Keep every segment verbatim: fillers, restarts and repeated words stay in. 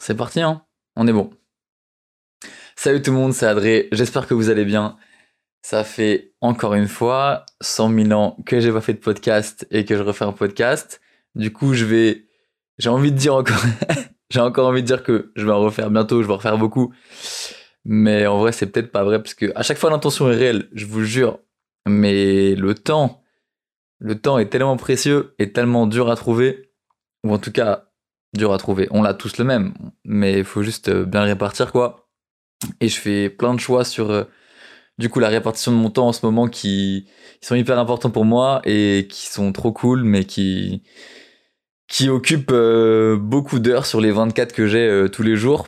C'est parti, hein. On est bon. Salut tout le monde, c'est Adré, j'espère que vous allez bien. Ça fait encore une fois cent mille ans que j'ai pas fait de podcast et que je refais un podcast. Du coup, je vais... J'ai envie de dire encore... j'ai encore envie de dire que je vais en refaire bientôt, je vais en refaire beaucoup. Mais en vrai, c'est peut-être pas vrai parce que à chaque fois l'intention est réelle, je vous jure. Mais le temps, le temps est tellement précieux et tellement dur à trouver, ou en tout cas dur à trouver. On l'a tous le même, mais il faut juste bien le répartir quoi. Et je fais plein de choix sur euh, du coup la répartition de mon temps en ce moment qui, qui sont hyper importants pour moi et qui sont trop cool, mais qui qui occupent euh, beaucoup d'heures sur les vingt-quatre que j'ai euh, tous les jours.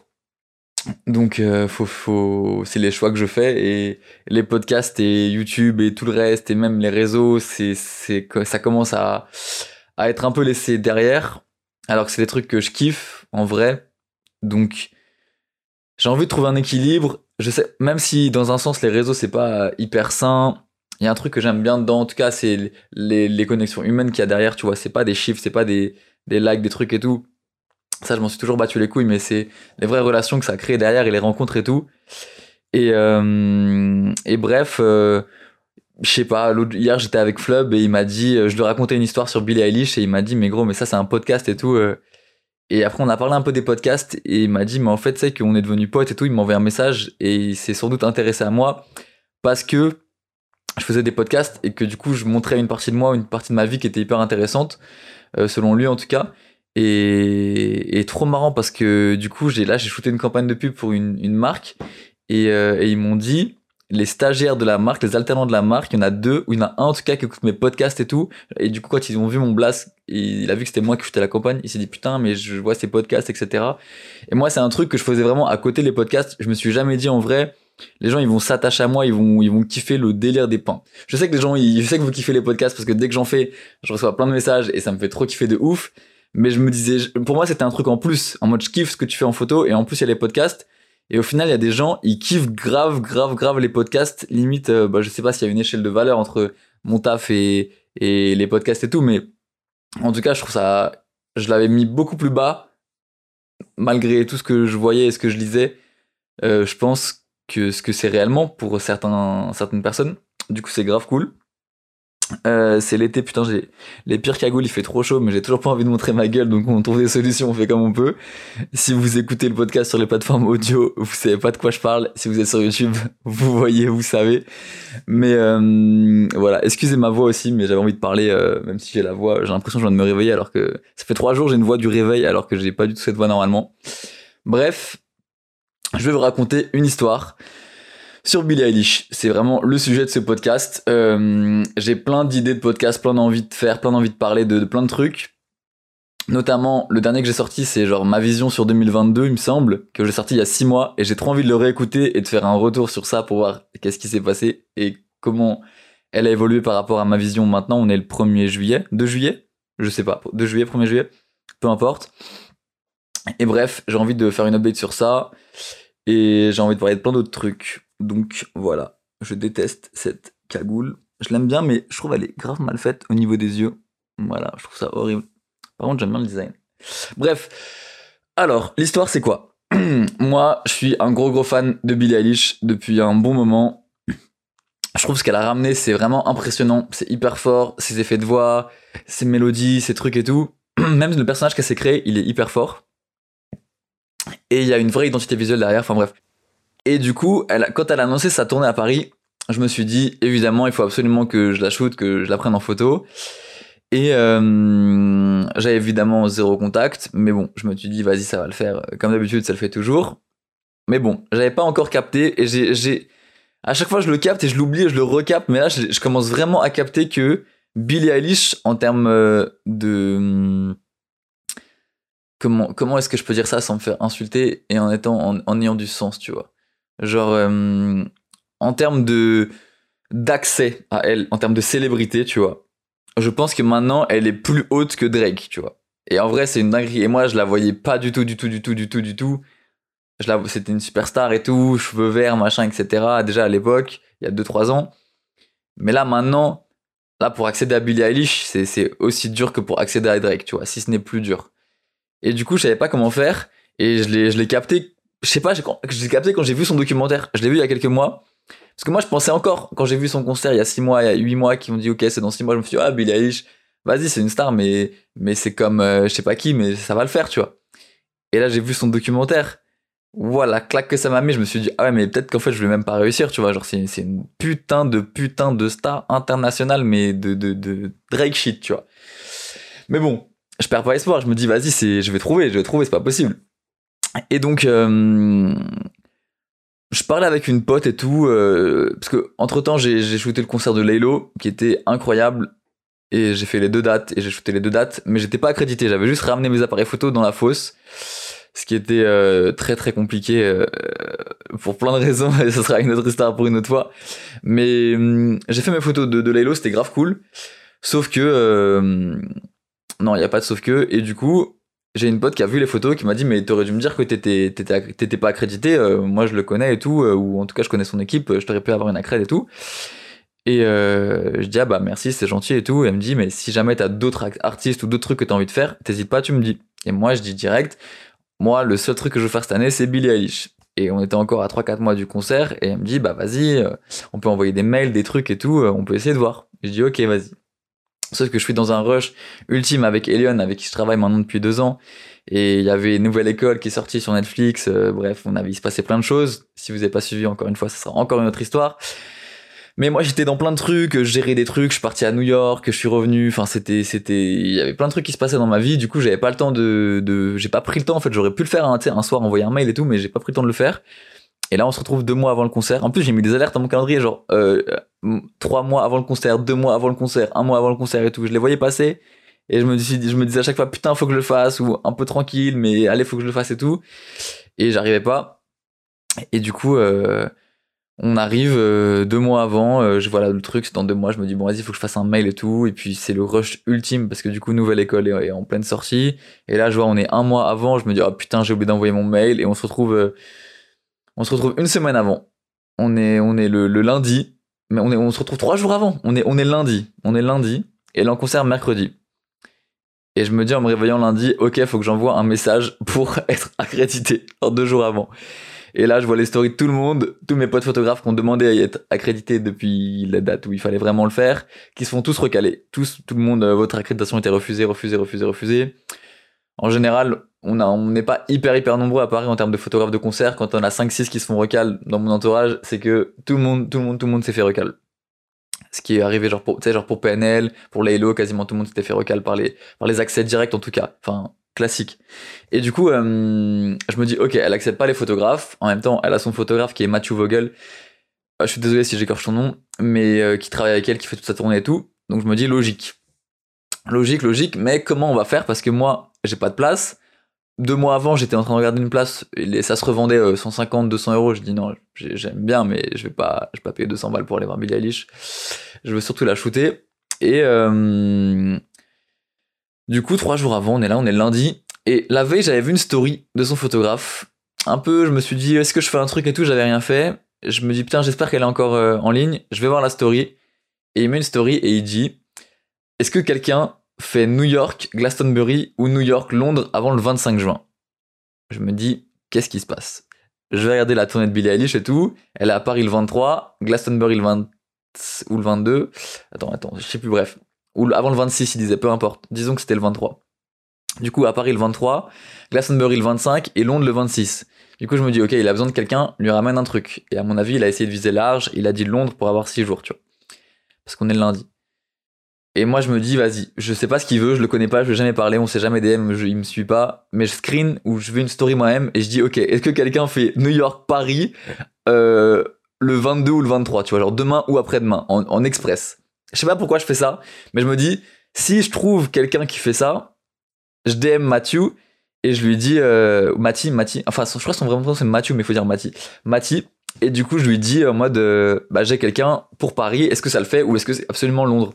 Donc euh, faut faut c'est les choix que je fais et les podcasts et YouTube et tout le reste et même les réseaux, c'est c'est que ça commence à à être un peu laissé derrière alors que c'est des trucs que je kiffe en vrai. Donc j'ai envie de trouver un équilibre. Je sais, même si dans un sens les réseaux c'est pas hyper sain, il y a un truc que j'aime bien dedans. En tout cas, c'est les, les connexions humaines qu'il y a derrière. Tu vois, c'est pas des chiffres, c'est pas des, des likes, des trucs et tout. Ça, je m'en suis toujours battu les couilles, mais c'est les vraies relations que ça crée derrière et les rencontres et tout. Et, euh, et bref, euh, je sais pas, l'autre, hier j'étais avec Flub et il m'a dit, euh, je lui racontais une histoire sur Billie Eilish et il m'a dit, mais gros, mais ça c'est un podcast et tout. euh, et après, on a parlé un peu des podcasts et il m'a dit, mais en fait, c'est qu'on est devenus potes et tout. Il m'a envoyé un message et il s'est sans doute intéressé à moi parce que je faisais des podcasts et que du coup, je montrais une partie de moi, une partie de ma vie qui était hyper intéressante, euh, selon lui en tout cas. Et, et trop marrant parce que du coup, j'ai là, j'ai shooté une campagne de pub pour une, une marque et, euh, et ils m'ont dit, les stagiaires de la marque, les alternants de la marque, il y en a deux, ou il y en a un en tout cas qui écoute mes podcasts et tout. Et du coup, quand ils ont vu mon blast, il a vu que c'était moi qui shootais la campagne, il s'est dit putain, mais je vois ces podcasts, et cetera. Et moi, c'est un truc que je faisais vraiment à côté les podcasts. Je me suis jamais dit en vrai, les gens ils vont s'attacher à moi, ils vont ils vont kiffer le délire des pains. Je sais que les gens, ils, je sais que vous kiffez les podcasts parce que dès que j'en fais, je reçois plein de messages et ça me fait trop kiffer de ouf. Mais je me disais, pour moi, c'était un truc en plus, en mode je kiffe ce que tu fais en photo et en plus il y a les podcasts. Et au final, il y a des gens, ils kiffent grave, grave, grave les podcasts. Limite, euh, bah, je sais pas s'il y a une échelle de valeur entre mon taf et, et les podcasts et tout, mais en tout cas, je trouve ça, je l'avais mis beaucoup plus bas, malgré tout ce que je voyais et ce que je lisais. Euh, je pense que ce que c'est réellement pour certains, certaines personnes. Du coup, c'est grave cool. Euh, c'est l'été, putain, j'ai les pires cagoules, il fait trop chaud, mais j'ai toujours pas envie de montrer ma gueule, donc on trouve des solutions, on fait comme on peut. Si vous écoutez le podcast sur les plateformes audio, vous savez pas de quoi je parle. Si vous êtes sur YouTube, vous voyez, vous savez. Mais euh, voilà, excusez ma voix aussi, mais j'avais envie de parler, euh, même si j'ai la voix, j'ai l'impression que je viens de me réveiller, alors que ça fait trois jours j'ai une voix du réveil, alors que j'ai pas du tout cette voix normalement. Bref, je vais vous raconter une histoire sur Billie Eilish. C'est vraiment le sujet de ce podcast. Euh, j'ai plein d'idées de podcast, plein d'envie de faire, plein d'envie de parler de, de plein de trucs. Notamment, le dernier que j'ai sorti, c'est genre ma vision sur deux mille vingt-deux, il me semble, que j'ai sorti il y a six mois, et j'ai trop envie de le réécouter et de faire un retour sur ça pour voir qu'est-ce qui s'est passé et comment elle a évolué par rapport à ma vision maintenant. On est le premier juillet, deux juillet, je sais pas, deux juillet, premier juillet, peu importe. Et bref, j'ai envie de faire une update sur ça, et j'ai envie de parler de plein d'autres trucs. Donc voilà, je déteste cette cagoule. Je l'aime bien, mais je trouve elle est grave mal faite au niveau des yeux. Voilà, je trouve ça horrible. Par contre, j'aime bien le design. Bref, alors, l'histoire c'est quoi? Moi, je suis un gros gros fan de Billie Eilish depuis un bon moment. Je trouve ce qu'elle a ramené, c'est vraiment impressionnant. C'est hyper fort, ses effets de voix, ses mélodies, ses trucs et tout. Même le personnage qu'elle s'est créé, il est hyper fort. Et il y a une vraie identité visuelle derrière, enfin bref. Et du coup, elle a, quand elle a annoncé sa tournée à Paris, je me suis dit, évidemment, il faut absolument que je la shoote, que je la prenne en photo. Et euh, j'avais évidemment zéro contact, mais bon, je me suis dit, vas-y, ça va le faire. Comme d'habitude, ça le fait toujours. Mais bon, j'avais pas encore capté, et j'ai, j'ai... à chaque fois, je le capte et je l'oublie et je le recapte, mais là, je, je commence vraiment à capter que Billie Eilish, en termes euh, de... Comment, comment est-ce que je peux dire ça sans me faire insulter et en, étant, en, en ayant du sens, tu vois? Genre, euh, en termes de d'accès à elle, en termes de célébrité, tu vois, je pense que maintenant, elle est plus haute que Drake, tu vois. Et en vrai, c'est une dinguerie. Et moi, je la voyais pas du tout, du tout, du tout, du tout, du tout. Je la, c'était une superstar et tout, cheveux verts, machin, et cetera. Déjà à l'époque, il y a deux trois ans. Mais là, maintenant, là, pour accéder à Billie Eilish, c'est, c'est aussi dur que pour accéder à Drake, tu vois, si ce n'est plus dur. Et du coup, je savais pas comment faire. Et je l'ai, je l'ai capté, je sais pas, j'ai, je l'ai capté quand j'ai vu son documentaire. Je l'ai vu il y a quelques mois. Parce que moi, je pensais encore, quand j'ai vu son concert il y a six mois, il y a huit mois, qui m'ont dit, ok, c'est dans six mois, je me suis dit, ah, Billie Eilish, vas-y, c'est une star, mais, mais c'est comme, euh, je sais pas qui, mais ça va le faire, tu vois. Et là, j'ai vu son documentaire. Voilà, claque que ça m'a mis, je me suis dit, ah ouais, mais peut-être qu'en fait, je vais même pas réussir, tu vois. Genre, c'est, c'est une putain de putain de star internationale, mais de, de, de Drake shit, tu vois. Mais bon, je perds pas espoir, je me dis, vas-y, c'est, je vais trouver, je vais trouver, c'est pas possible. Et donc, euh, je parlais avec une pote et tout, euh, parce que entre temps j'ai, j'ai shooté le concert de Laylo, qui était incroyable, et j'ai fait les deux dates, et j'ai shooté les deux dates, mais j'étais pas accrédité, j'avais juste ramené mes appareils photo dans la fosse, ce qui était euh, très très compliqué euh, pour plein de raisons, et ça sera une autre histoire pour une autre fois. Mais hum, j'ai fait mes photos de, de Laylo, c'était grave cool, sauf que... Euh, non, il y a pas de sauf que, et du coup... J'ai une pote qui a vu les photos qui m'a dit mais t'aurais dû me dire que t'étais, t'étais, t'étais pas accrédité, euh, moi je le connais et tout, euh, ou en tout cas je connais son équipe, je t'aurais pu avoir une accrède et tout. Et euh, je dis ah bah merci c'est gentil et tout, et elle me dit mais si jamais t'as d'autres artistes ou d'autres trucs que t'as envie de faire, t'hésites pas tu me dis. Et moi je dis direct, moi le seul truc que je veux faire cette année c'est Billie Eilish. Et on était encore à trois quatre mois du concert et elle me dit bah vas-y, euh, on peut envoyer des mails, des trucs et tout, euh, on peut essayer de voir. Et je dis ok vas-y. Sauf que je suis dans un rush ultime avec Elion, avec qui je travaille maintenant depuis deux ans. Et il y avait une nouvelle école qui est sortie sur Netflix. Euh, bref, on avait, il se passait plein de choses. Si vous n'avez pas suivi, encore une fois, ça sera encore une autre histoire. Mais moi, j'étais dans plein de trucs, je gérais des trucs, je suis parti à New York, je suis revenu. Enfin, c'était, c'était, il y avait plein de trucs qui se passaient dans ma vie. Du coup, j'avais pas le temps de, de, j'ai pas pris le temps. En fait, j'aurais pu le faire, hein, tu sais, un soir, envoyer un mail et tout, mais j'ai pas pris le temps de le faire. Et là, on se retrouve deux mois avant le concert. En plus, j'ai mis des alertes dans mon calendrier, genre euh, trois mois avant le concert, deux mois avant le concert, un mois avant le concert et tout. Je les voyais passer et je me, dis, je me disais à chaque fois, putain, faut que je le fasse, ou un peu tranquille, mais allez, faut que je le fasse et tout. Et j'arrivais pas. Et du coup, euh, on arrive euh, deux mois avant. Euh, je vois là le truc, c'est dans deux mois. Je me dis, bon, vas-y, faut que je fasse un mail et tout. Et puis, c'est le rush ultime parce que du coup, nouvelle école est, est en pleine sortie. Et là, je vois, on est un mois avant. Je me dis, oh putain, j'ai oublié d'envoyer mon mail. Et on se retrouve. Euh, On se retrouve une semaine avant. On est, on est le, le lundi, mais on, est, on se retrouve trois jours avant. On est, on est lundi. On est lundi, et là, on concert mercredi. Et je me dis en me réveillant lundi, ok, faut que j'envoie un message pour être accrédité, genre deux jours avant. Et là, je vois les stories de tout le monde, tous mes potes photographes qui ont demandé à y être accrédités depuis la date où il fallait vraiment le faire, qui se font tous recaler. Tous, tout le monde, euh, votre accréditation a été refusée, refusée, refusée, refusée. En général, on a, on n'est pas hyper hyper nombreux à Paris en termes de photographes de concert. Quand on a cinq six qui se font recal dans mon entourage, c'est que tout le monde, tout le monde, tout le monde s'est fait recal. Ce qui est arrivé genre pour, tu sais, genre pour P N L, pour Laylo, quasiment tout le monde s'était fait recal par les, par les accès directs en tout cas. Enfin, classique. Et du coup, euh, je me dis, ok, elle accepte pas les photographes. En même temps, elle a son photographe qui est Matthew Vogel. Euh, je suis désolé si j'écorche son nom, mais euh, qui travaille avec elle, qui fait toute sa tournée et tout. Donc je me dis, logique. Logique, logique, mais comment on va faire? Parce que moi, j'ai pas de place. Deux mois avant, j'étais en train de regarder une place, et ça se revendait euh, cent cinquante, deux cents euros. Je dis non, j'aime bien, mais je vais pas, je vais pas payer deux cents balles pour aller voir Billie Eilish. Je veux surtout la shooter. Et euh, du coup, trois jours avant, on est là, on est lundi. Et la veille, j'avais vu une story de son photographe. Un peu, je me suis dit, est-ce que je fais un truc et tout? J'avais rien fait. Je me dis, putain, j'espère qu'elle est encore euh, en ligne. Je vais voir la story. Et il met une story et il dit, est-ce que quelqu'un fait New York, Glastonbury ou New York, Londres avant le vingt-cinq juin? Je me dis, qu'est-ce qui se passe? Je vais regarder la tournée de Billie Eilish et tout. Elle est à Paris le vingt-trois, Glastonbury le vingt ou le vingt-deux. Attends, attends, je sais plus, bref. Ou avant le vingt-six, il disait, peu importe. Disons que c'était le vingt-trois. Du coup, à Paris le vingt-trois, Glastonbury le vingt-cinq et Londres le vingt-six. Du coup, je me dis, ok, il a besoin de quelqu'un, lui ramène un truc. Et à mon avis, il a essayé de viser large, il a dit Londres pour avoir six jours, tu vois. Parce qu'on est le lundi. Et moi, je me dis, vas-y, je sais pas ce qu'il veut, je le connais pas, je lui ai jamais parlé, on s'est jamais D M, je, il me suit pas, mais je screen ou je fais une story moi-même et je dis, ok, est-ce que quelqu'un fait New York, Paris, euh, le vingt-deux ou le vingt-trois, tu vois, genre demain ou après-demain, en, en express. Je sais pas pourquoi je fais ça, mais je me dis, si je trouve quelqu'un qui fait ça, je D M Mathieu et je lui dis, euh, Mati, Mati, enfin, je crois que son vrai nom c'est Mathieu, mais il faut dire Mati. Mati, et du coup, je lui dis en mode, euh, bah, j'ai quelqu'un pour Paris, est-ce que ça le fait ou est-ce que c'est absolument Londres?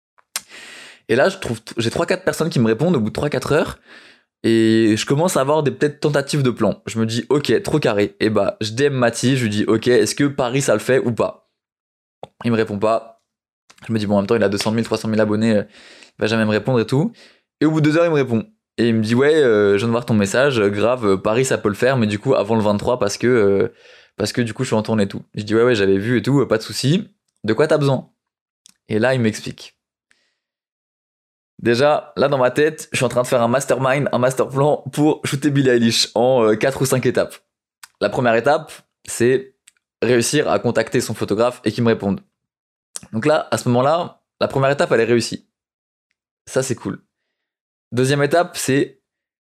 Et là, je trouve, j'ai trois quatre personnes qui me répondent au bout de trois quatre heures. Et je commence à avoir des peut-être tentatives de plan. Je me dis, ok, trop carré. Et bah, je D M Mati, je lui dis, ok, est-ce que Paris ça le fait ou pas? Il me répond pas. Je me dis, bon, en même temps, il a deux cent mille, trois cent mille abonnés, il va jamais me répondre et tout. Et au bout de deux heures, il me répond. Et il me dit ouais, euh, je viens de voir ton message, grave, euh, Paris ça peut le faire, mais du coup avant le vingt-trois parce que euh, parce que du coup je suis en tournée et tout. Je dis ouais ouais j'avais vu et tout, euh, pas de souci. De quoi t'as besoin? Et là il m'explique. Déjà, là dans ma tête, je suis en train de faire un mastermind, un master plan pour shooter Billie Eilish en euh, quatre ou cinq étapes. La première étape, c'est réussir à contacter son photographe et qu'il me réponde. Donc là, à ce moment-là, la première étape, elle est réussie. Ça, c'est cool. Deuxième étape, c'est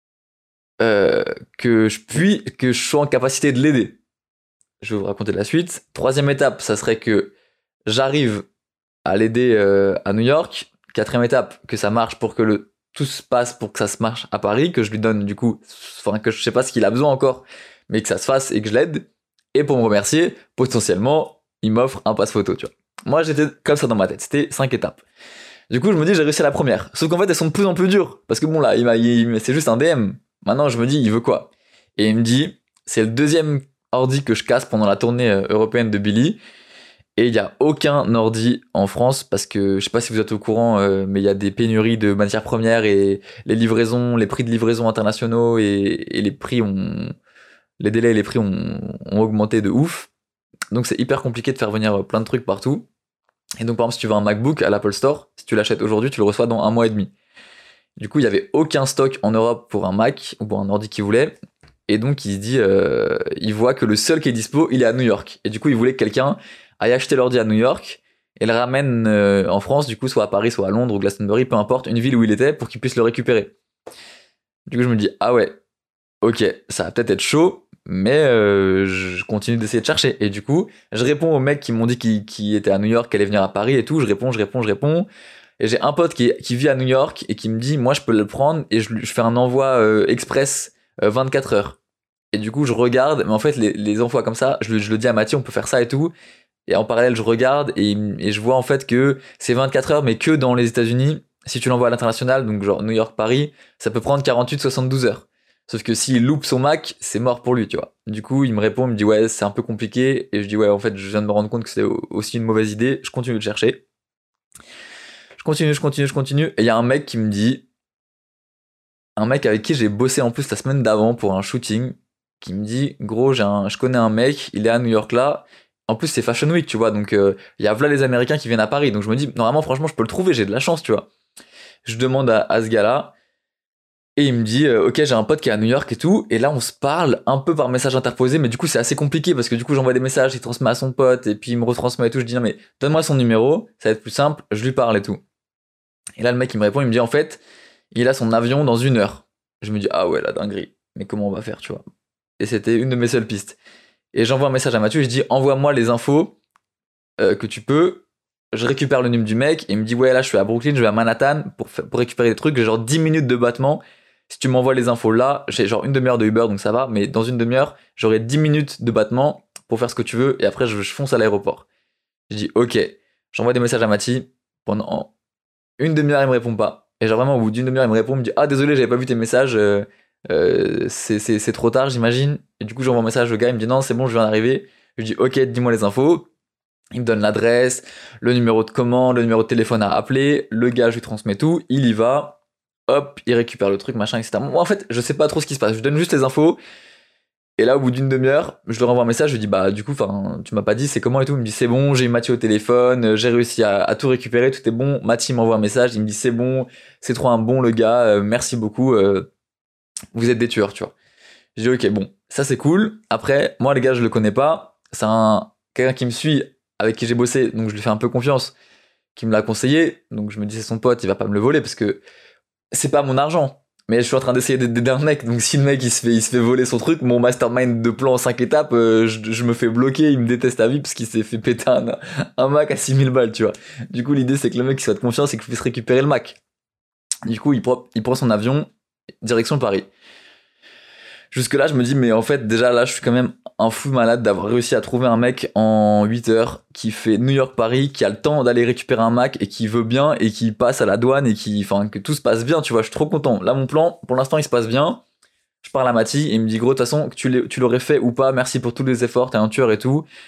euh, que je puis, que je sois en capacité de l'aider. Je vais vous raconter la suite. Troisième étape, ça serait que j'arrive à l'aider euh, à New York. Quatrième étape, que ça marche pour que le tout se passe pour que ça se marche à Paris, que je lui donne du coup, enfin que je sais pas ce qu'il a besoin encore, mais que ça se fasse et que je l'aide. Et pour me remercier, potentiellement, il m'offre un passe photo, tu vois. Moi, j'étais comme ça dans ma tête. C'était cinq étapes. Du coup, je me dis, j'ai réussi à la première. Sauf qu'en fait, elles sont de plus en plus dures. Parce que bon, là, il m'a, il- c'est juste un D M. Maintenant, je me dis, il veut quoi? Et il me dit, c'est le deuxième ordi que je casse pendant la tournée euh, européenne de Billy. Et il n'y a aucun ordi en France parce que je sais pas si vous êtes au courant, euh, mais il y a des pénuries de matières premières et les livraisons, les prix de livraison internationaux et, et les prix ont, les délais et les prix ont, ont augmenté de ouf. Donc c'est hyper compliqué de faire venir plein de trucs partout. Et donc par exemple si tu veux un MacBook à l'Apple Store, si tu l'achètes aujourd'hui, tu le reçois dans un mois et demi. Du coup il y avait aucun stock en Europe pour un Mac ou pour un ordi qu'il voulait. Et donc il se dit, euh, il voit que le seul qui est dispo, il est à New York. Et du coup il voulait que quelqu'un aille acheter l'ordi à New York et le ramène euh, en France, du coup soit à Paris, soit à Londres ou Glastonbury, peu importe, une ville où il était pour qu'il puisse le récupérer. Du coup je me dis, ah ouais, ok, ça va peut-être être chaud, mais euh, je continue d'essayer de chercher. Et du coup, je réponds aux mecs qui m'ont dit qu'ils qui étaient à New York, qu'ils allaient venir à Paris et tout. Je réponds, je réponds, je réponds. Et j'ai un pote qui, qui vit à New York et qui me dit, moi, je peux le prendre et je, je fais un envoi euh, express euh, vingt-quatre heures. Et du coup, je regarde, mais en fait, les, les envois comme ça, je, je le dis à Mathieu, on peut faire ça et tout. Et en parallèle, je regarde et, et je vois en fait que c'est vingt-quatre heures, mais que dans les États-Unis. Si tu l'envoies à l'international, donc genre New York-Paris, ça peut prendre quarante-huit à soixante-douze heures. Sauf que s'il loupe son Mac, c'est mort pour lui, tu vois. Du coup, il me répond, il me dit ouais, c'est un peu compliqué. Et je dis ouais, en fait, je viens de me rendre compte que c'est aussi une mauvaise idée. Je continue de chercher. Je continue, je continue, je continue. Et il y a un mec qui me dit, un mec avec qui j'ai bossé en plus la semaine d'avant pour un shooting, qui me dit gros, j'ai un, je connais un mec, il est à New York là. En plus, c'est Fashion Week, tu vois. Donc, il euh, y a là les Américains qui viennent à Paris. Donc, je me dis, normalement, franchement, je peux le trouver, j'ai de la chance, tu vois. Je demande à, à ce gars-là. Et il me dit, euh, ok, j'ai un pote qui est à New York et tout. Et là, on se parle un peu par message interposé, mais du coup, c'est assez compliqué parce que du coup, j'envoie des messages, il transmet à son pote et puis il me retransmet et tout. Je dis, non, mais donne-moi son numéro, ça va être plus simple, je lui parle et tout. Et là, le mec, il me répond, il me dit, en fait, il a son avion dans une heure. Je me dis, ah ouais, la dinguerie. Mais comment on va faire, tu vois? Et c'était une de mes seules pistes. Et j'envoie un message à Mathieu, je dis, envoie-moi les infos euh, que tu peux. Je récupère le numéro du mec et il me dit, ouais, là, je suis à Brooklyn, je vais à Manhattan pour, pour récupérer des trucs. J'ai genre dix minutes de battement. Si tu m'envoies les infos là, j'ai genre une demi-heure de Uber, donc ça va, mais dans une demi-heure, j'aurai dix minutes de battement pour faire ce que tu veux, et après, je, je fonce à l'aéroport. Je dis, ok, j'envoie des messages à Mathie, pendant une demi-heure, il me répond pas. Et genre vraiment, au bout d'une demi-heure, il me répond, il me dit, ah, désolé, j'avais pas vu tes messages, euh, euh, c'est, c'est, c'est trop tard, j'imagine. Et du coup, j'envoie un message au gars, il me dit, non, c'est bon, je viens d'arriver. Je lui dis, ok, dis-moi les infos. Il me donne l'adresse, le numéro de commande, le numéro de téléphone à appeler, le gars, je lui transmets tout, il y va. Hop, il récupère le truc, machin, et cetera. Moi, en fait, je sais pas trop ce qui se passe. Je donne juste les infos. Et là, au bout d'une demi-heure, je lui renvoie un message. Je lui dis, bah, du coup, enfin, tu m'as pas dit c'est comment et tout. Il me dit, c'est bon, j'ai eu Mathieu au téléphone, j'ai réussi à, à tout récupérer, tout est bon. Mathieu m'envoie un message. Il me dit, c'est bon, c'est trop un bon, le gars, euh, merci beaucoup, euh, vous êtes des tueurs, tu vois. Je dis, ok, bon, ça c'est cool. Après, moi, les gars, je le connais pas. C'est un, quelqu'un qui me suit, avec qui j'ai bossé, donc je lui fais un peu confiance, qui me l'a conseillé. Donc je me dis, c'est son pote, il va pas me le voler parce que c'est pas mon argent, mais je suis en train d'essayer d'aider un mec, donc si le mec il se fait, il se fait voler son truc, mon mastermind de plan en cinq étapes, euh, je, je me fais bloquer, il me déteste à vie parce qu'il s'est fait péter un, un Mac à six mille balles, tu vois. Du coup, l'idée c'est que le mec il soit de confiance et qu'il puisse récupérer le Mac. Du coup, il prend, il prend son avion, direction Paris. Jusque là, je me dis, mais en fait, déjà là, je suis quand même un fou malade d'avoir réussi à trouver un mec en huit heures qui fait New York-Paris, qui a le temps d'aller récupérer un Mac et qui veut bien et qui passe à la douane et qui, enfin, que tout se passe bien, tu vois, je suis trop content. Là, mon plan, pour l'instant, il se passe bien. Je parle à Mathie et il me dit, gros, de toute façon, que tu l'aurais fait ou pas, merci pour tous les efforts, t'es un tueur et tout.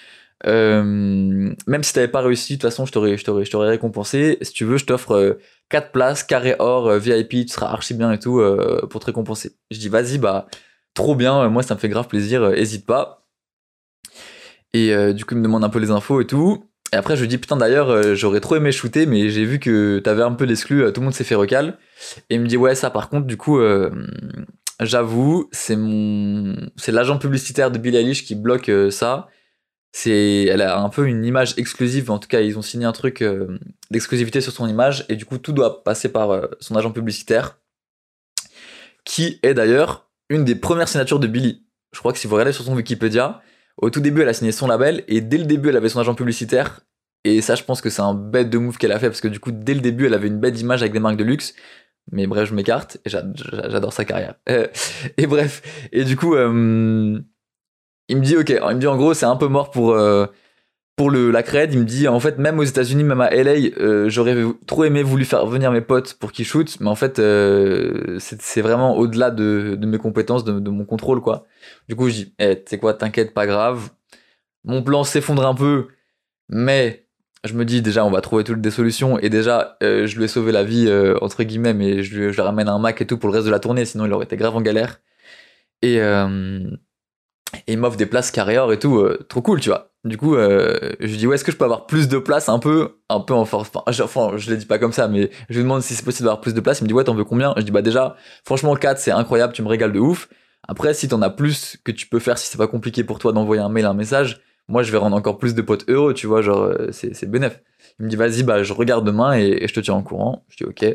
Euh, même si t'avais pas réussi, de toute façon, je t'aurais, je t'aurais, je t'aurais récompensé. Si tu veux, je t'offre euh, quatre places, carré or, euh, V I P, tu seras archi bien et tout euh, pour te récompenser. Je dis, vas-y, bah, trop bien, euh, moi, ça me fait grave plaisir, euh, hésite pas. Et euh, du coup, il me demande un peu les infos et tout. Et après, je lui dis, putain, d'ailleurs, euh, j'aurais trop aimé shooter, mais j'ai vu que t'avais un peu l'exclu, euh, tout le monde s'est fait recal. Et il me dit, ouais, ça, par contre, du coup, euh, j'avoue, c'est mon, c'est l'agent publicitaire de Billie Eilish qui bloque euh, ça. C'est, elle a un peu une image exclusive, en tout cas, ils ont signé un truc euh, d'exclusivité sur son image, et du coup, tout doit passer par euh, son agent publicitaire, qui est d'ailleurs une des premières signatures de Billie. Je crois que si vous regardez sur son Wikipédia, au tout début, elle a signé son label, et dès le début, elle avait son agent publicitaire. Et ça, je pense que c'est un bête de move qu'elle a fait, parce que du coup, dès le début, elle avait une bête d'image avec des marques de luxe. Mais bref, je m'écarte, et j'adore sa carrière. Euh, et bref, et du coup, euh, il me dit, ok, il me dit en gros, c'est un peu mort pour, euh, pour le, la cred. Il me dit, en fait, même aux États-Unis, même à L A, euh, j'aurais trop aimé voulu faire venir mes potes pour qu'ils shootent, mais en fait, euh, c'est, c'est vraiment au-delà de, de mes compétences, de, de mon contrôle, quoi. Du coup, je dis, eh, tu sais quoi, t'inquiète, pas grave. Mon plan s'effondre un peu, mais je me dis déjà on va trouver toutes des solutions, et déjà euh, je lui ai sauvé la vie euh, entre guillemets, mais je lui, je lui ramène un Mac et tout pour le reste de la tournée, sinon il aurait été grave en galère. Et, euh, et il m'offre des places carré or et tout, euh, trop cool, tu vois. Du coup euh, je lui dis ouais, est-ce que je peux avoir plus de places, un peu un peu en force, enfin je, enfin, je l'ai dit pas comme ça, mais je lui demande si c'est possible d'avoir plus de places. Il me dit ouais, t'en veux combien? Je dis bah déjà franchement quatre c'est incroyable, tu me régales de ouf. Après si t'en as plus que tu peux faire, si c'est pas compliqué pour toi d'envoyer un mail, un message, moi je vais rendre encore plus de potes heureux, tu vois, genre euh, c'est, c'est bénef. Il me dit vas-y, bah je regarde demain et, et je te tiens au courant. Je dis ok.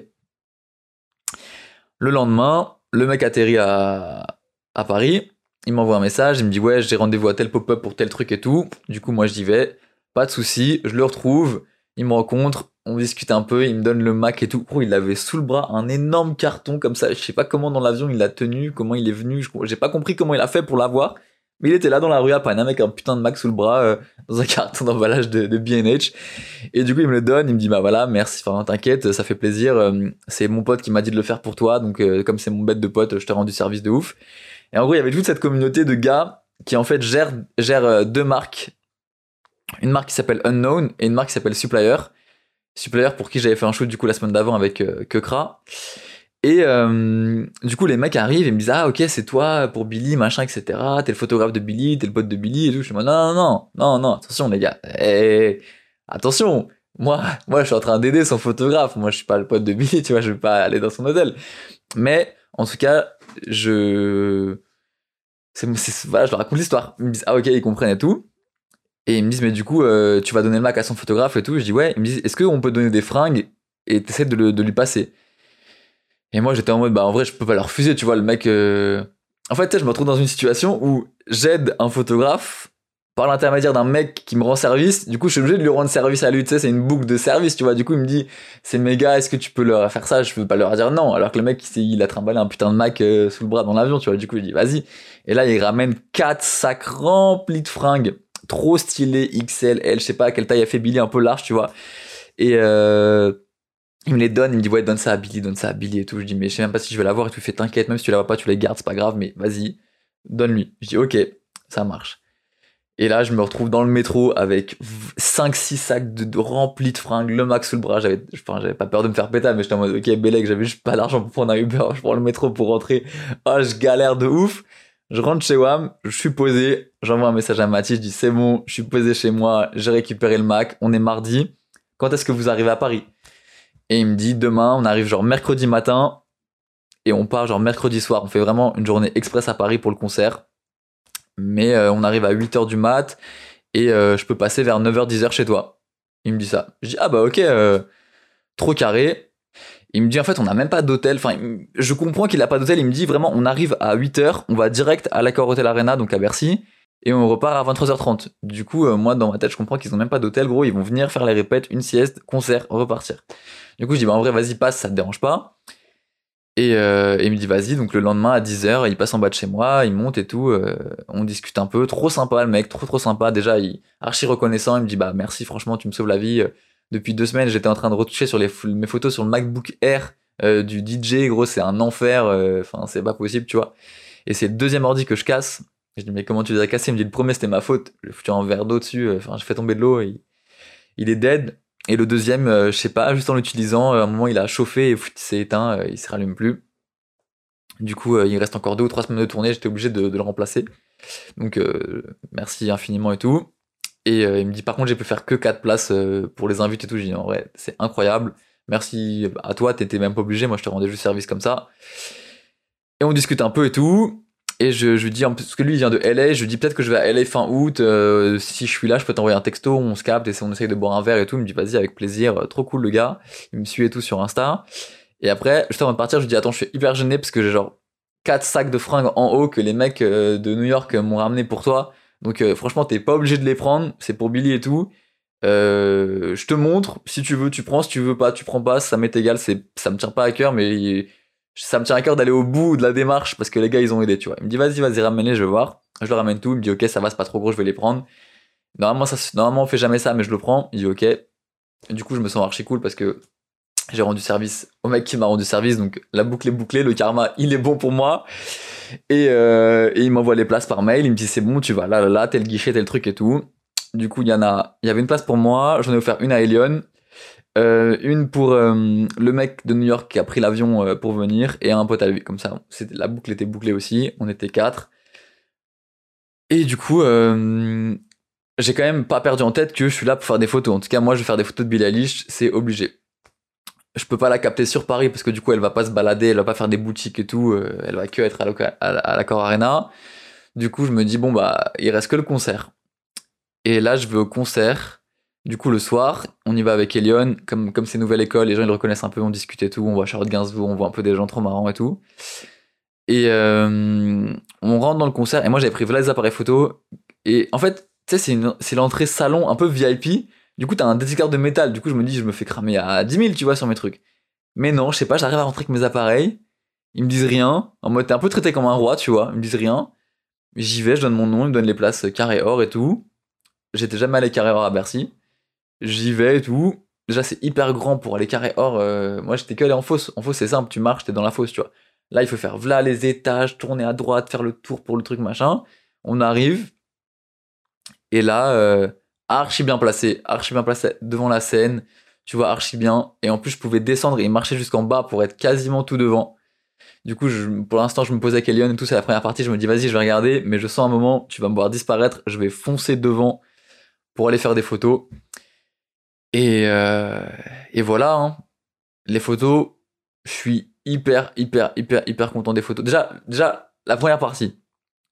Le lendemain, le mec atterrit à, à Paris, il m'envoie un message, il me dit ouais, j'ai rendez-vous à tel pop-up pour tel truc et tout. Du coup moi j'y vais, pas de souci, je le retrouve, il me rencontre, on discute un peu, il me donne le Mac et tout. Oh, il avait sous le bras un énorme carton comme ça, je sais pas comment dans l'avion il l'a tenu, comment il est venu, je- j'ai pas compris comment il a fait pour l'avoir. Mais il était là dans la rue à Paname avec un putain de Mac sous le bras, euh, dans un carton d'emballage de, de B and H. Et du coup, il me le donne, il me dit bah voilà, merci, enfin t'inquiète, ça fait plaisir. euh, C'est mon pote qui m'a dit de le faire pour toi, donc euh, comme c'est mon bête de pote, je t'ai rendu service de ouf. Et en gros, il y avait toute cette communauté de gars qui en fait gèrent, gèrent euh, deux marques. Une marque qui s'appelle Unknown et une marque qui s'appelle Supplier. Supplier pour qui j'avais fait un shoot du coup la semaine d'avant avec euh, Kekra. Et euh, du coup, les mecs arrivent et me disent ah ok, c'est toi pour Billy, machin, et cetera. T'es le photographe de Billy, t'es le pote de Billy et tout. Je suis non non non non non, attention les gars, eh, attention. Moi, moi, je suis en train d'aider son photographe. Moi, je suis pas le pote de Billy, tu vois. Je vais pas aller dans son hôtel. Mais en tout cas, je, c'est, c'est, voilà, je leur raconte l'histoire. Ils me disent ah ok, ils comprennent et tout. Et ils me disent mais du coup, euh, tu vas donner le Mac à son photographe et tout. Je dis ouais. Ils me disent est-ce qu'on peut donner des fringues et t'essaies de, le, de lui passer. Et moi, j'étais en mode, bah, en vrai, je peux pas leur refuser, tu vois, le mec. euh, En fait, tu sais, je me retrouve dans une situation où j'aide un photographe par l'intermédiaire d'un mec qui me rend service. Du coup, je suis obligé de lui rendre service à lui, tu sais, c'est une boucle de service, tu vois. Du coup, il me dit, c'est mes gars, est-ce que tu peux leur faire ça? Je peux pas leur dire non. Alors que le mec, il, s'est- il a trimballé un putain de Mac euh, sous le bras dans l'avion, tu vois. Du coup, il dit, vas-y. Et là, il ramène quatre sacs remplis de fringues, trop stylés, X L, L, je sais pas à quelle taille a fait Billy, un peu large, tu vois. Et, euh, il me les donne, il me dit ouais, donne ça à Billy, donne ça à Billy et tout. Je dis mais je sais même pas si je vais l'avoir et tout. Il fait t'inquiète, même si tu la vois pas, tu les gardes, c'est pas grave, mais vas-y, donne-lui. Je dis ok, ça marche. Et là, je me retrouve dans le métro avec cinq six sacs de, de remplis de fringues, le max sous le bras. J'avais, enfin, j'avais pas peur de me faire péter, mais j'étais en mode ok, Bélec, j'avais juste pas l'argent pour prendre un Uber, je prends le métro pour rentrer. Oh, je galère de ouf. Je rentre chez W A M, je suis posé, j'envoie un message à Mathis, je dis c'est bon, je suis posé chez moi, j'ai récupéré le Mac, on est mardi. Quand est-ce que vous arrivez à Paris? Et il me dit demain, on arrive genre mercredi matin et on part genre mercredi soir. On fait vraiment une journée express à Paris pour le concert. Mais euh, on arrive à huit heures du mat et euh, je peux passer vers neuf heures dix heures chez toi. Il me dit ça. Je dis ah bah ok, euh, trop carré. Il me dit en fait on n'a même pas d'hôtel. Enfin, je comprends qu'il a pas d'hôtel. Il me dit vraiment on arrive à huit heures, on va direct à l'Accor Hotel Arena, donc à Bercy. Et on repart à vingt-trois heures trente. Du coup, euh, moi, dans ma tête, je comprends qu'ils ont même pas d'hôtel, gros. Ils vont venir faire les répètes, une sieste, concert, repartir. Du coup, je dis, bah, en vrai, vas-y, passe, ça te dérange pas. Et, euh, et il me dit, vas-y. Donc, le lendemain, à dix heures, il passe en bas de chez moi, il monte et tout. euh, on discute un peu. Trop sympa, le mec, trop, trop sympa. Déjà, il archi reconnaissant. Il me dit, bah, merci, franchement, tu me sauves la vie. Depuis deux semaines, j'étais en train de retoucher sur les, mes photos sur le MacBook Air euh, du D J. Gros, c'est un enfer. Enfin, euh, c'est pas possible, tu vois. Et c'est le deuxième ordi que je casse. Je dis, mais comment tu les as cassés? Il me dit, le premier, c'était ma faute. J'ai foutu un verre d'eau dessus, enfin, j'ai fait tomber de l'eau et il, il est dead. Et le deuxième, euh, je sais pas, juste en l'utilisant, à un moment, il a chauffé et pff, il s'est éteint, euh, il se rallume plus. Du coup, euh, il reste encore deux ou trois semaines de tournée, j'étais obligé de, de le remplacer. Donc, euh, merci infiniment et tout. Et euh, il me dit, par contre, j'ai pu faire que quatre places euh, pour les invités et tout. J'ai dit, en vrai, c'est incroyable. Merci à toi, t'étais même pas obligé, moi je te rendais juste service comme ça. Et on discute un peu et tout. Et je, je lui dis, parce que lui il vient de L A, je lui dis peut-être que je vais à L A fin août. Euh, si je suis là, je peux t'envoyer un texto, on se capte et on essaye de boire un verre et tout. Il me dit, vas-y, avec plaisir, euh, trop cool le gars. Il me suit et tout sur Insta. Et après, juste avant de partir, je lui dis, attends, je suis hyper gêné parce que j'ai genre quatre sacs de fringues en haut que les mecs euh, de New York m'ont ramené pour toi. Donc euh, franchement, t'es pas obligé de les prendre, c'est pour Billy et tout. Euh, je te montre, si tu veux, tu prends, si tu veux pas, tu prends pas, ça m'est égal, c'est, ça me tient pas à cœur, mais il- ça me tient à cœur d'aller au bout de la démarche parce que les gars ils ont aidé, tu vois. Il me dit vas-y, vas-y, ramène-les, je vais voir. Je le ramène tout, il me dit ok, ça va, c'est pas trop gros, je vais les prendre. Normalement, ça, normalement on fait jamais ça, mais je le prends. Il dit ok. Et du coup, je me sens archi cool parce que j'ai rendu service au mec qui m'a rendu service, donc la boucle est bouclée, le karma il est bon pour moi. Et, euh, et il m'envoie les places par mail, il me dit c'est bon, tu vas là, là, là, tel guichet, tel truc et tout. Du coup, il y en a, il y avait une place pour moi, j'en ai offert une à Elion, euh, une pour euh, le mec de New York qui a pris l'avion euh, pour venir, et un pote à lui. Comme ça, c'était, la boucle était bouclée aussi, on était quatre. Et du coup, euh, j'ai quand même pas perdu en tête que je suis là pour faire des photos. En tout cas, moi, je vais faire des photos de Billie Eilish, c'est obligé. Je peux pas la capter sur Paris parce que du coup, elle va pas se balader, elle va pas faire des boutiques et tout, euh, elle va que être à, l'Oca- à, la- à l'Accor Arena. Du coup, je me dis, bon, bah, il reste que le concert. Et là, je vais au concert. Du coup, le soir, on y va avec Elion. Comme, comme c'est nouvelle école, les gens ils le reconnaissent un peu, on discute et tout. On voit Charlotte Gainsbourg, on voit un peu des gens trop marrants et tout. Et euh, on rentre dans le concert. Et moi, j'avais pris voilà les appareils photo. Et en fait, tu sais, c'est, une- c'est l'entrée salon un peu V I P. Du coup, t'as un dédicard de métal. Du coup, je me dis, je me fais cramer à dix mille, tu vois, sur mes trucs. Mais non, je sais pas, j'arrive à rentrer avec mes appareils. Ils me disent rien. En mode, t'es un peu traité comme un roi, tu vois. Ils me disent rien. J'y vais, je donne mon nom, ils me donnent les places carré or et tout. J'étais jamais allé carré or à Bercy. J'y vais et tout. Déjà, c'est hyper grand pour aller carré or. euh, Moi, j'étais que allé en fosse. En fosse, c'est simple, tu marches, t'es dans la fosse, tu vois. Là, il faut faire v'là les étages, tourner à droite, faire le tour pour le truc machin. On arrive, et là, euh, archi bien placé, archi bien placé devant la scène. Tu vois, archi bien. Et en plus, je pouvais descendre et marcher jusqu'en bas pour être quasiment tout devant. Du coup, je, pour l'instant, je me pose avec Elion et tout, c'est la première partie. Je me dis, vas-y, je vais regarder, mais je sens un moment, tu vas me voir disparaître. Je vais foncer devant pour aller faire des photos. Et, euh, et voilà, hein. Les photos, je suis hyper, hyper, hyper, hyper content des photos. Déjà, déjà la première partie.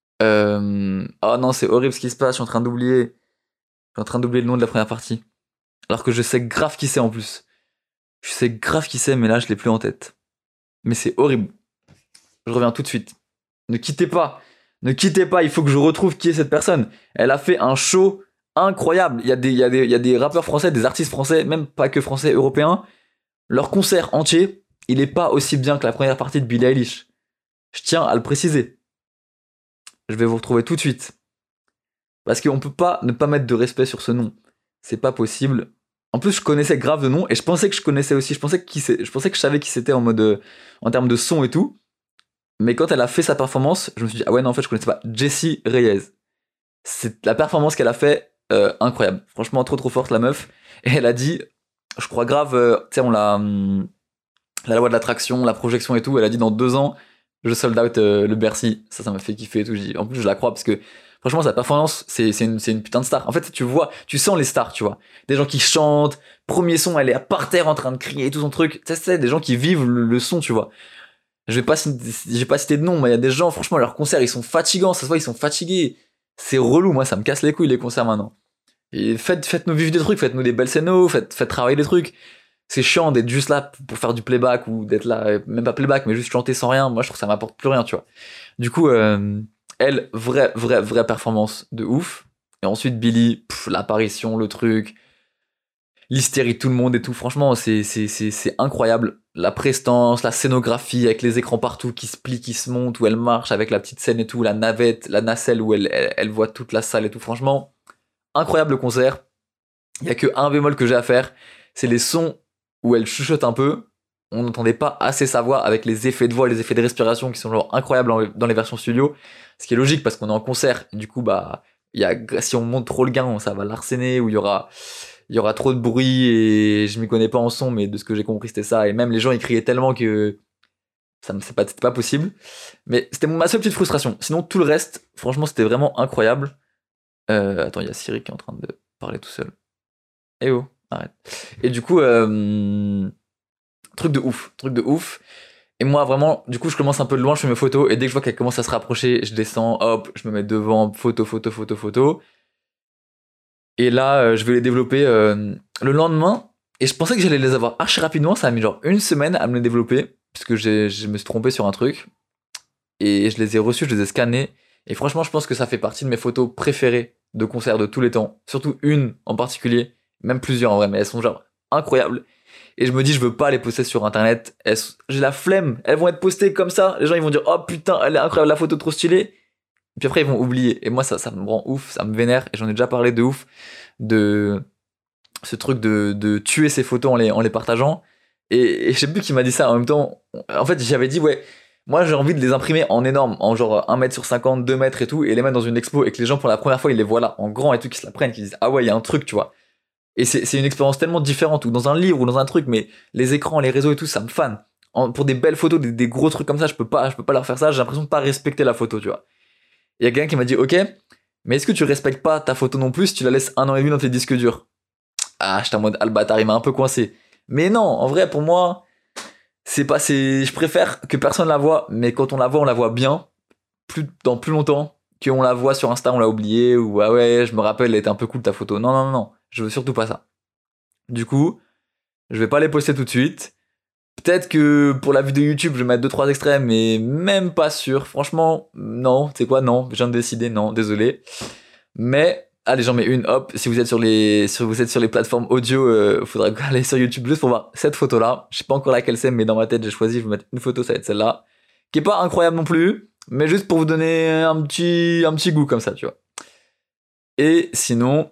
Euh... Oh non, c'est horrible ce qui se passe, je suis en train d'oublier. Je suis en train d'oublier le nom de la première partie. Alors que je sais grave qui c'est en plus. Je sais grave qui c'est, mais là, je l'ai plus en tête. Mais c'est horrible. Je reviens tout de suite. Ne quittez pas. Ne quittez pas, il faut que je retrouve qui est cette personne. Elle a fait un show incroyable. Il y a des, il y a des, il y a des rappeurs français, des artistes français, même pas que français, européens. Leur concert entier, il est pas aussi bien que la première partie de Billie Eilish. Je tiens à le préciser. Je vais vous retrouver tout de suite. Parce qu'on peut pas ne pas mettre de respect sur ce nom. C'est pas possible. En plus, je connaissais grave le nom et je pensais que je connaissais aussi. Je pensais que, qui c'est- je, pensais que je savais qui c'était en mode, euh, en termes de son et tout. Mais quand elle a fait sa performance, je me suis dit, ah ouais, non, en fait, je connaissais pas Jessie Reyez. C'est la performance qu'elle a fait, euh, incroyable. Franchement, trop trop forte, la meuf. Et elle a dit, je crois grave, euh, tu sais, on l'a. hum, la loi de l'attraction, la projection et tout. Elle a dit dans deux ans, je sold out euh, le Bercy. Ça, ça m'a fait kiffer et tout. J'ai dit, en plus, je la crois parce que franchement, sa performance, c'est, c'est, une, c'est une putain de star. En fait, tu vois, tu sens les stars, tu vois. Des gens qui chantent, premier son, elle est par terre en train de crier et tout son truc. Tu sais, c'est des gens qui vivent le, le son, tu vois. Je vais pas, citer- je vais pas citer de nom, mais il y a des gens, franchement, leurs concerts, ils sont fatigants. Ça se voit, ils sont fatigués. C'est relou, moi, ça me casse les couilles, les concerts maintenant. Et faites, faites-nous vivre des trucs, faites-nous des belles scénos, faites, faites travailler des trucs. C'est chiant d'être juste là pour faire du playback ou d'être là, euh, même pas playback, mais juste chanter sans rien. Moi, je trouve que ça m'apporte plus rien, tu vois. Du coup, euh, elle, vraie, vraie, vraie performance de ouf. Et ensuite, Billy, pff, l'apparition, le truc, l'hystérie de tout le monde et tout. Franchement, c'est, c'est, c'est, c'est incroyable. La prestance, la scénographie avec les écrans partout qui se plient, qui se montent, où elle marche avec la petite scène et tout, la navette, la nacelle où elle, elle, elle voit toute la salle et tout. Franchement, incroyable le concert. Il y a que un bémol que j'ai à faire, c'est les sons où elle chuchote un peu. on n'entendait pas assez sa voix avec les effets de voix, les effets de respiration qui sont genre incroyables dans les versions studio. Ce qui est logique parce qu'on est en concert. Et du coup, bah, il y a, si on monte trop le gain, ça va l'arsener ou il y aura, il y aura trop de bruit et je m'y connais pas en son, mais de ce que j'ai compris, c'était ça. Et même les gens, ils criaient tellement que ça me, c'est pas, c'était pas possible. Mais c'était ma seule petite frustration. Sinon, tout le reste, franchement, c'était vraiment incroyable. Euh, attends, il y a Siri qui est en train de parler tout seul. Eh oh, arrête. Et du coup, euh, truc de ouf, truc de ouf. Et moi, vraiment, du coup, je commence un peu de loin, je fais mes photos, et dès que je vois qu'elle commence à se rapprocher, je descends, hop, je me mets devant, photo, photo, photo, photo. Et là, euh, je vais les développer euh, le lendemain. Et je pensais que j'allais les avoir archi rapidement, ça a mis genre une semaine à me les développer, puisque j'ai, je me suis trompé sur un truc. Et je les ai reçus, je les ai scannés. Et franchement, je pense que ça fait partie de mes photos préférées de concert de tous les temps. Surtout une en particulier, même plusieurs en vrai, mais elles sont genre incroyables. Et je me dis, je veux pas les poster sur internet. Elles, j'ai la flemme. Elles vont être postées comme ça. Les gens, ils vont dire, oh putain, elle est incroyable, la photo trop stylée. Et puis après, ils vont oublier. Et moi, ça, ça me rend ouf, ça me vénère. Et j'en ai déjà parlé de ouf. De ce truc de, de tuer ces photos en les, en les partageant. Et, et je sais plus qui m'a dit ça en même temps. En fait, j'avais dit, ouais, moi, j'ai envie de les imprimer en énorme, en genre un mètre sur cinquante, deux mètres et tout, et les mettre dans une expo et que les gens, pour la première fois, ils les voient là, en grand et tout, qu'ils se la prennent, qu'ils disent, ah ouais, il y a un truc, tu vois. Et c'est, c'est une expérience tellement différente, ou dans un livre, ou dans un truc, mais les écrans, les réseaux et tout, ça me fan. En, pour des belles photos, des, des gros trucs comme ça, je peux pas, je peux pas leur faire ça, j'ai l'impression de pas respecter la photo, tu vois. Il y a quelqu'un qui m'a dit, ok, mais est-ce que tu respectes pas ta photo non plus si tu la laisses un an et demi dans tes disques durs? Ah, j'étais en mode, ah, le bâtard, il m'a un peu coincé. Mais non, en vrai, pour moi, c'est pas, c'est, je préfère que personne la voit, mais quand on la voit, on la voit bien, plus, dans plus longtemps, qu'on la voit sur Insta, on l'a oublié, ou ah ouais, je me rappelle, elle était un peu cool ta photo. Non, non, non, non, je veux surtout pas ça. Du coup, je vais pas les poster tout de suite. Peut-être que pour la vidéo YouTube, je vais mettre deux trois extraits, mais même pas sûr. Franchement, non. Tu sais quoi? Non. Je viens de décider. Non. Désolé. Mais allez, j'en mets une. Hop. Si vous êtes sur les, si vous êtes sur les plateformes audio, euh, faudra aller sur YouTube juste pour voir cette photo-là. Je sais pas encore laquelle c'est, mais dans ma tête, j'ai choisi. Je vais mettre une photo. Ça va être celle-là, qui est pas incroyable non plus, mais juste pour vous donner un petit, un petit goût comme ça, tu vois. Et sinon.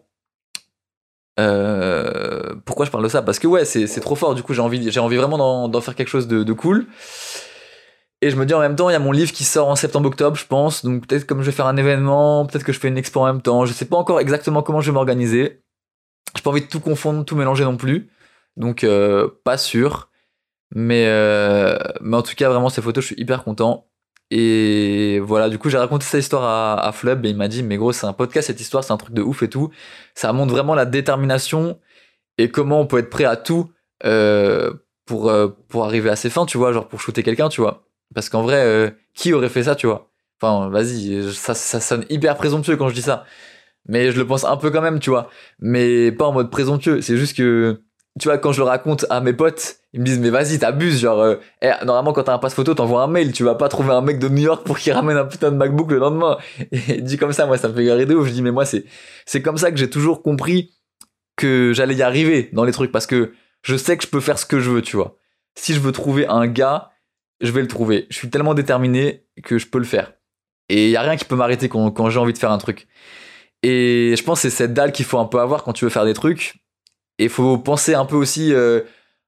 Euh, pourquoi je parle de ça? Parce que ouais, c'est, c'est trop fort. Du coup, j'ai envie, j'ai envie vraiment d'en, d'en faire quelque chose de, de cool. Et je me dis en même temps, il y a mon livre qui sort en septembre-octobre, je pense. Donc peut-être comme je vais faire un événement, peut-être que je fais une expo en même temps. Je sais pas encore exactement comment je vais m'organiser. J'ai pas envie de tout confondre, tout mélanger non plus. Donc euh, pas sûr. Mais, euh, mais en tout cas, vraiment, ces photos, je suis hyper content. Et voilà, du coup, j'ai raconté cette histoire à, à Flub et il m'a dit, mais gros, c'est un podcast, cette histoire, c'est un truc de ouf et tout. Ça montre vraiment la détermination et comment on peut être prêt à tout euh, pour, euh, pour arriver à ses fins, tu vois, genre pour shooter quelqu'un, tu vois. Parce qu'en vrai, euh, qui aurait fait ça, tu vois? Enfin, vas-y, ça, ça sonne hyper présomptueux quand je dis ça. Mais je le pense un peu quand même, tu vois. Mais pas en mode présomptueux, c'est juste que, tu vois, quand je le raconte à mes potes, ils me disent, mais vas-y, t'abuses, genre, euh, eh, normalement, quand t'as un passe photo, t'envoies un mail, tu vas pas trouver un mec de New York pour qu'il ramène un putain de MacBook le lendemain. Et dit comme ça, moi, ça me fait garer de ouf. Je dis, mais moi, c'est, c'est comme ça que j'ai toujours compris que j'allais y arriver dans les trucs, parce que je sais que je peux faire ce que je veux, tu vois. Si je veux trouver un gars, je vais le trouver. Je suis tellement déterminé que je peux le faire. Et y a rien qui peut m'arrêter quand, quand j'ai envie de faire un truc. Et je pense que c'est cette dalle qu'il faut un peu avoir quand tu veux faire des trucs. Et il faut penser un peu aussi... Euh,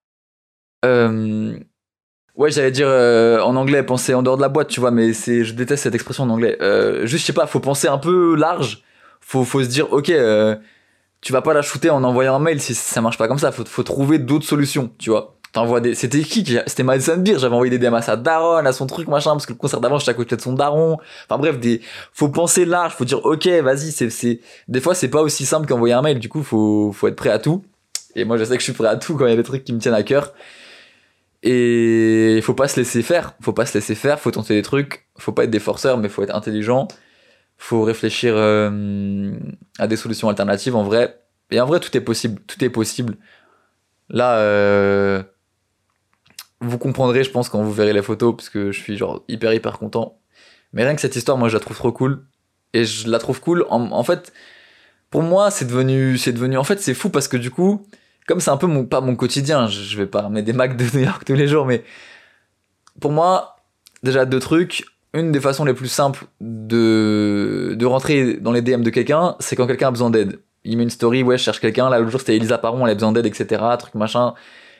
euh, ouais, j'allais dire euh, en anglais, penser en dehors de la boîte, tu vois, mais c'est, je déteste cette expression en anglais. Euh, juste, je sais pas, faut penser un peu large. Faut, faut se dire, ok, euh, tu vas pas la shooter en envoyant un mail si ça marche pas comme ça. Faut, faut trouver d'autres solutions, tu vois. T'envoies des... C'était qui qui... C'était Madison Beer, j'avais envoyé des D M à sa daronne, à son truc, machin, parce que le concert d'avant, j'étais à côté de son daron. Enfin bref, des... faut penser large, faut dire, ok, vas-y, c'est, c'est... Des fois, c'est pas aussi simple qu'envoyer un mail, du coup, faut, faut être prêt à tout. Et moi, je sais que je suis prêt à tout quand il y a des trucs qui me tiennent à cœur. Et faut pas se laisser faire, faut pas se laisser faire, faut tenter des trucs, faut pas être des forceurs, mais faut être intelligent. Faut réfléchir euh, à des solutions alternatives, en vrai. Et en vrai, tout est possible, tout est possible. Là, euh... vous comprendrez, je pense, quand vous verrez les photos, parce que je suis genre hyper hyper content. Mais rien que cette histoire, moi je la trouve trop cool. Et je la trouve cool. En, en fait, pour moi, c'est devenu, c'est devenu. En fait, c'est fou parce que du coup, comme c'est un peu mon, pas mon quotidien, je, je vais pas ramener des Macs de New York tous les jours, mais pour moi, déjà deux trucs. Une des façons les plus simples de, de rentrer dans les D M de quelqu'un, c'est quand quelqu'un a besoin d'aide. Il met une story, ouais, je cherche quelqu'un. Là, l'autre jour, c'était Elisa Paron, elle a besoin d'aide, et cetera. Truc machin.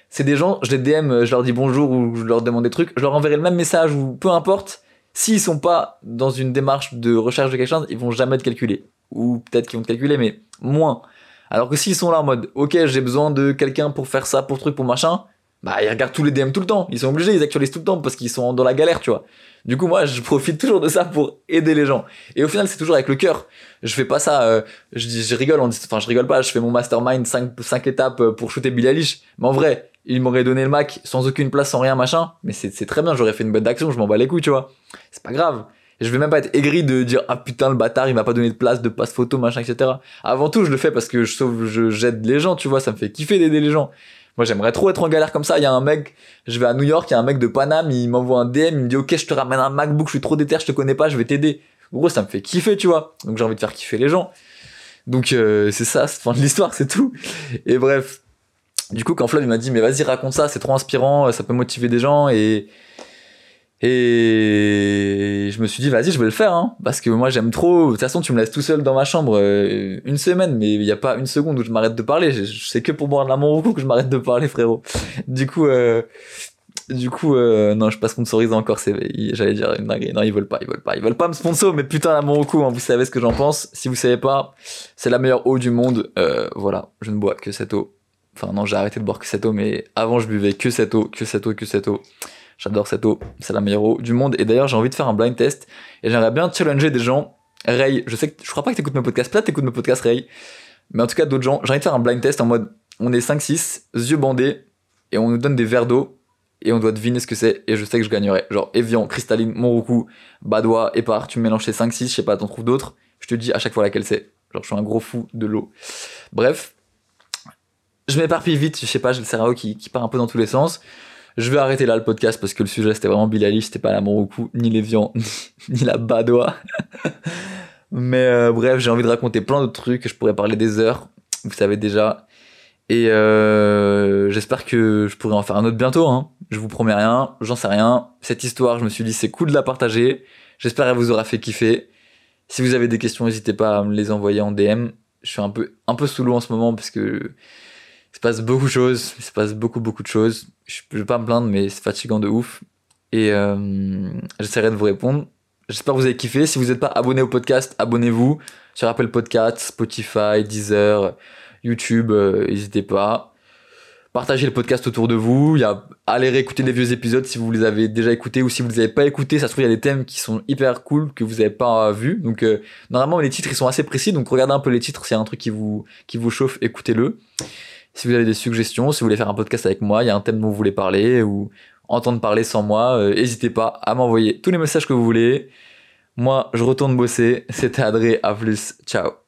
c'est des gens, je les D M, je leur dis bonjour ou je leur demande des trucs, je leur enverrai le même message ou peu importe. S'ils sont pas dans une démarche de recherche de quelque chose, ils vont jamais te calculer. Ou peut-être qu'ils vont te calculer, mais moins. Alors que s'ils sont là en mode, ok, j'ai besoin de quelqu'un pour faire ça, pour truc, pour machin, bah ils regardent tous les D M tout le temps. Ils sont obligés, ils actualisent tout le temps parce qu'ils sont dans la galère, tu vois. Du coup, moi, je profite toujours de ça pour aider les gens. Et au final, c'est toujours avec le cœur. Je fais pas ça, euh, je, dis, je rigole, on dit, enfin, je rigole pas, je fais mon mastermind cinq étapes pour shooter Billie Eilish. Mais en vrai, il m'aurait donné le Mac sans aucune place, sans rien, machin. Mais c'est, c'est très bien, j'aurais fait une bonne d'action, je m'en bats les couilles, tu vois. C'est pas grave. Et je vais même pas être aigri de dire, ah putain, le bâtard, il m'a pas donné de place, de passe photo, machin, et cetera. Avant tout, je le fais parce que je sauve, je, j'aide les gens, tu vois, ça me fait kiffer d'aider les gens. Moi, j'aimerais trop être en galère comme ça. Il y a un mec, je vais à New York, il y a un mec de Paname, il m'envoie un D M, il me dit, ok, je te ramène un MacBook, je suis trop déter, je te connais pas, je vais t'aider. Gros, ça me fait kiffer, tu vois. Donc, j'ai envie de faire kiffer les gens. Donc, euh, c'est ça, c'est fin de l'histoire, c'est tout. Et bref. Du coup, quand Flav, il m'a dit, mais vas-y, raconte ça, c'est trop inspirant, ça peut motiver des gens et, et je me suis dit, vas-y, je vais le faire, hein. Parce que moi, j'aime trop. De toute façon, tu me laisses tout seul dans ma chambre euh, une semaine, mais il n'y a pas une seconde où je m'arrête de parler. Je, je sais que pour boire de la Morocco que je m'arrête de parler, frérot. Du coup, euh, du coup, euh, non, je pas sponsorise encore. C'est, j'allais dire une dinguerie. Non, ils veulent pas, ils veulent pas, ils veulent pas me sponsor. Mais putain, la Morocco, hein, vous savez ce que j'en pense. Si vous savez pas, c'est la meilleure eau du monde. Euh, voilà, je ne bois que cette eau. Enfin, non, j'ai arrêté de boire que cette eau, mais avant, je buvais que cette eau, que cette eau, que cette eau. J'adore cette eau, c'est la meilleure eau du monde. Et d'ailleurs, j'ai envie de faire un blind test. Et j'aimerais bien challenger des gens. Ray, je sais que je crois pas que t'écoutes mes podcasts. Peut-être t'écoutes mes podcasts, Ray. Mais en tout cas, d'autres gens. J'ai envie de faire un blind test en mode on est cinq six, yeux bandés, et on nous donne des verres d'eau. Et on doit deviner ce que c'est. Et je sais que je gagnerai. Genre Evian, Cristalline, Monroucou, Badois, Épar. Tu me mélanges ces cinq six, je sais pas, t'en trouves d'autres. Je te dis à chaque fois laquelle c'est. Genre, je suis un gros fou de l'eau. Bref. Je m'éparpille vite, je sais pas, j'ai le cerveau qui, qui part un peu dans tous les sens. Je vais arrêter là le podcast parce que le sujet c'était vraiment Billie Eilish, c'était pas la Morocco, ni l'Evian, ni la Badois. Mais euh, bref, j'ai envie de raconter plein d'autres trucs, je pourrais parler des heures, vous savez déjà. Et euh, j'espère que je pourrai en faire un autre bientôt, hein. Je vous promets rien, j'en sais rien. Cette histoire, je me suis dit c'est cool de la partager. J'espère qu'elle vous aura fait kiffer. Si vous avez des questions, n'hésitez pas à me les envoyer en D M. Je suis un peu, un peu sous l'eau en ce moment parce que il se passe beaucoup de choses, il se passe beaucoup beaucoup de choses. Je, je vais pas me plaindre, mais c'est fatigant de ouf. Et euh, j'essaierai de vous répondre. J'espère que vous avez kiffé. Si vous n'êtes pas abonné au podcast, abonnez-vous sur Apple Podcasts, Spotify, Deezer, YouTube. Euh, n'hésitez pas. Partagez le podcast autour de vous. Il y a, allez réécouter les vieux épisodes si vous les avez déjà écoutés ou si vous les avez pas écoutés. Ça se trouve, il y a des thèmes qui sont hyper cool que vous n'avez pas vus. Donc, euh, normalement, les titres, ils sont assez précis. Donc, regardez un peu les titres. S'il y a un truc qui vous, qui vous chauffe, écoutez-le. Si vous avez des suggestions, si vous voulez faire un podcast avec moi, il y a un thème dont vous voulez parler ou entendre parler sans moi, euh, n'hésitez pas à m'envoyer tous les messages que vous voulez. Moi, je retourne bosser. C'était Adré, à plus, ciao.